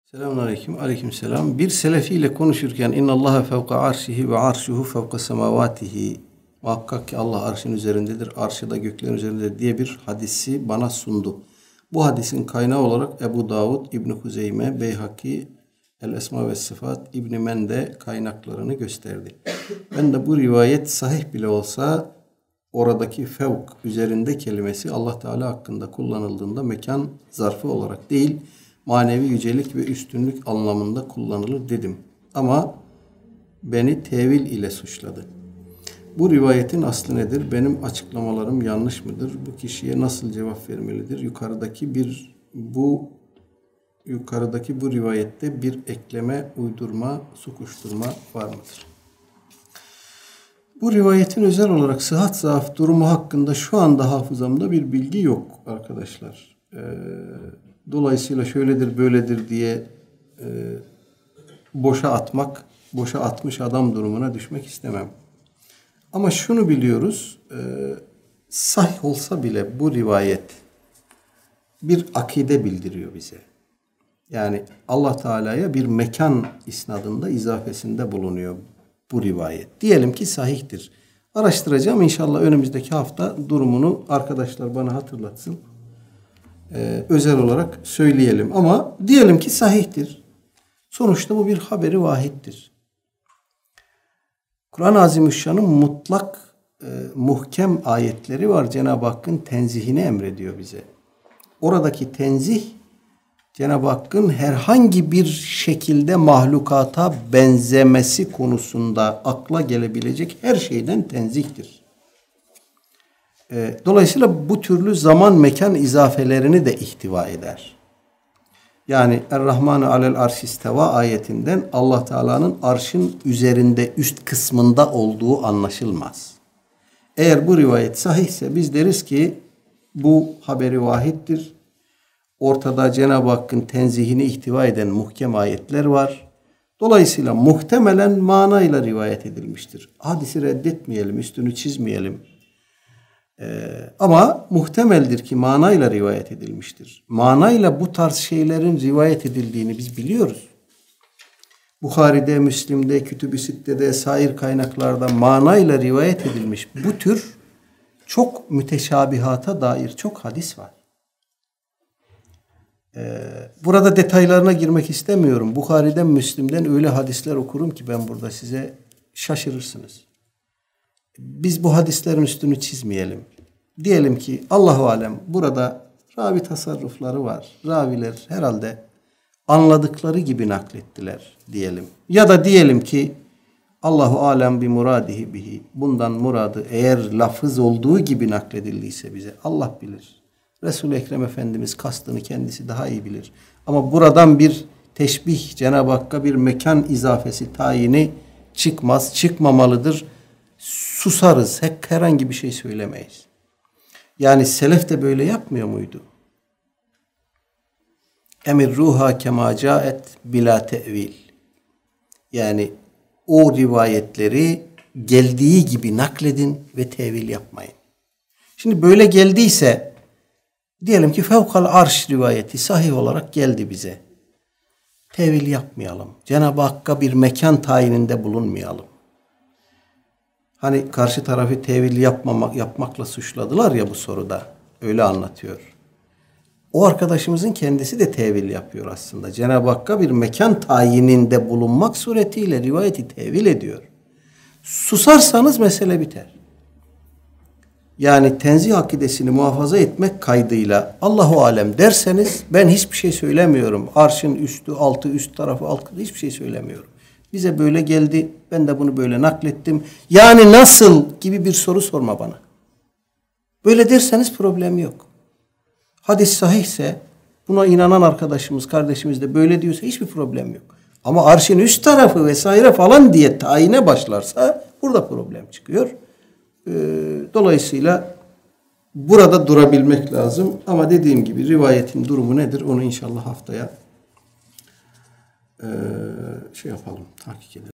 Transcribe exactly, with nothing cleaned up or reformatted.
Selamünaleyküm. Aleykümselam. Bir selefiyle konuşurken innallaha fevka arşihi ve arşuhu fevka semavatihi. Muhakkak ki Allah arşın üzerindedir, arşı da göklerin üzerindedir diye bir hadisi bana sundu. Bu hadisin kaynağı olarak Ebu Davud, İbn Huzeyme, Beyhaki, El Esma ve Sıfat, İbn Mende kaynaklarını gösterdi. Ben de bu rivayet sahih bile olsa oradaki fevk üzerinde kelimesi Allah Teala hakkında kullanıldığında mekan zarfı olarak değil, manevi yücelik ve üstünlük anlamında kullanılır dedim. Ama beni tevil ile suçladı. Bu rivayetin aslı nedir? Benim açıklamalarım yanlış mıdır? Bu kişiye nasıl cevap vermelidir? Yukarıdaki bir bu yukarıdaki bu rivayette bir ekleme, uydurma, sokuşturma var mıdır? Bu rivayetin özel olarak sıhhat zaaf durumu hakkında şu anda hafızamda bir bilgi yok arkadaşlar. Ee, dolayısıyla şöyledir böyledir diye e, boşa atmak, boşa atmış adam durumuna düşmek istemem. Ama şunu biliyoruz, e, sahih olsa bile bu rivayet bir akide bildiriyor bize. Yani Allah Teala'ya bir mekan isnadında izafesinde bulunuyor bu rivayet. Diyelim ki sahihtir. Araştıracağım inşallah önümüzdeki hafta durumunu arkadaşlar bana hatırlatsın. Ee, özel olarak söyleyelim ama diyelim ki sahihtir. Sonuçta bu bir haberi vahiddir. Kur'an-ı Azimüşşan'ın mutlak e, muhkem ayetleri var. Cenab-ı Hakk'ın tenzihini emrediyor bize. Oradaki tenzih Cenab-ı Hakk'ın herhangi bir şekilde mahlukata benzemesi konusunda akla gelebilecek her şeyden tenzihtir. E, dolayısıyla bu türlü zaman mekan izafelerini de ihtiva eder. Yani Er-Rahmanu alel arşisteva ayetinden Allah Teala'nın arşın üzerinde üst kısmında olduğu anlaşılmaz. Eğer bu rivayet sahihse biz deriz ki bu haberi vahiddir. Ortada Cenab-ı Hakk'ın tenzihini ihtiva eden muhkem ayetler var. Dolayısıyla muhtemelen manayla rivayet edilmiştir. Hadisi reddetmeyelim, üstünü çizmeyelim. Ee, ama muhtemeldir ki manayla rivayet edilmiştir. Manayla bu tarz şeylerin rivayet edildiğini biz biliyoruz. Buhari'de, Müslim'de, Kütüb-i Sitte'de, sair kaynaklarda manayla rivayet edilmiş bu tür çok müteşabihata dair çok hadis var. Ee, burada detaylarına girmek istemiyorum. Buhari'den, Müslim'den öyle hadisler okurum ki ben burada size şaşırırsınız. Biz bu hadislerin üstünü çizmeyelim. Diyelim ki Allahu alem burada ravi tasarrufları var. Raviler herhalde anladıkları gibi naklettiler diyelim. Ya da diyelim ki Allahu alem bi muradihi bihi. Bundan muradı eğer lafız olduğu gibi nakledildiyse bize Allah bilir. Resul-i Ekrem Efendimiz kastını kendisi daha iyi bilir. Ama buradan bir teşbih, Cenab-ı Hakk'a bir mekan izafesi tayini çıkmaz, çıkmamalıdır. Susarız, herhangi bir şey söylemeyiz. Yani selef de böyle yapmıyor muydu? Emir ruha kema caet bila tevil. Yani o rivayetleri geldiği gibi nakledin ve tevil yapmayın. Şimdi böyle geldiyse diyelim ki fevkal arş rivayeti sahih olarak geldi bize. Tevil yapmayalım. Cenab-ı Hakk'a bir mekan tayininde bulunmayalım. Hani karşı tarafı tevil yapmamak, yapmakla suçladılar ya bu soruda. Öyle anlatıyor. O arkadaşımızın kendisi de tevil yapıyor aslında. Cenab-ı Hakk'a bir mekan tayininde bulunmak suretiyle rivayeti tevil ediyor. Susarsanız mesele biter. Yani tenzih akidesini muhafaza etmek kaydıyla Allahu alem derseniz ben hiçbir şey söylemiyorum. Arşın üstü, altı, üst tarafı, alt hiçbir şey söylemiyorum. Bize böyle geldi. Ben de bunu böyle naklettim. Yani nasıl gibi bir soru sorma bana. Böyle derseniz problem yok. Hadis sahihse buna inanan arkadaşımız, kardeşimiz de böyle diyorsa hiçbir problem yok. Ama arşın üst tarafı vesaire falan diye tayine başlarsa burada problem çıkıyor. Ee, dolayısıyla burada durabilmek lazım. Ama dediğim gibi rivayetin durumu nedir? Onu inşallah haftaya Ee, şey yapalım, tahkik edelim.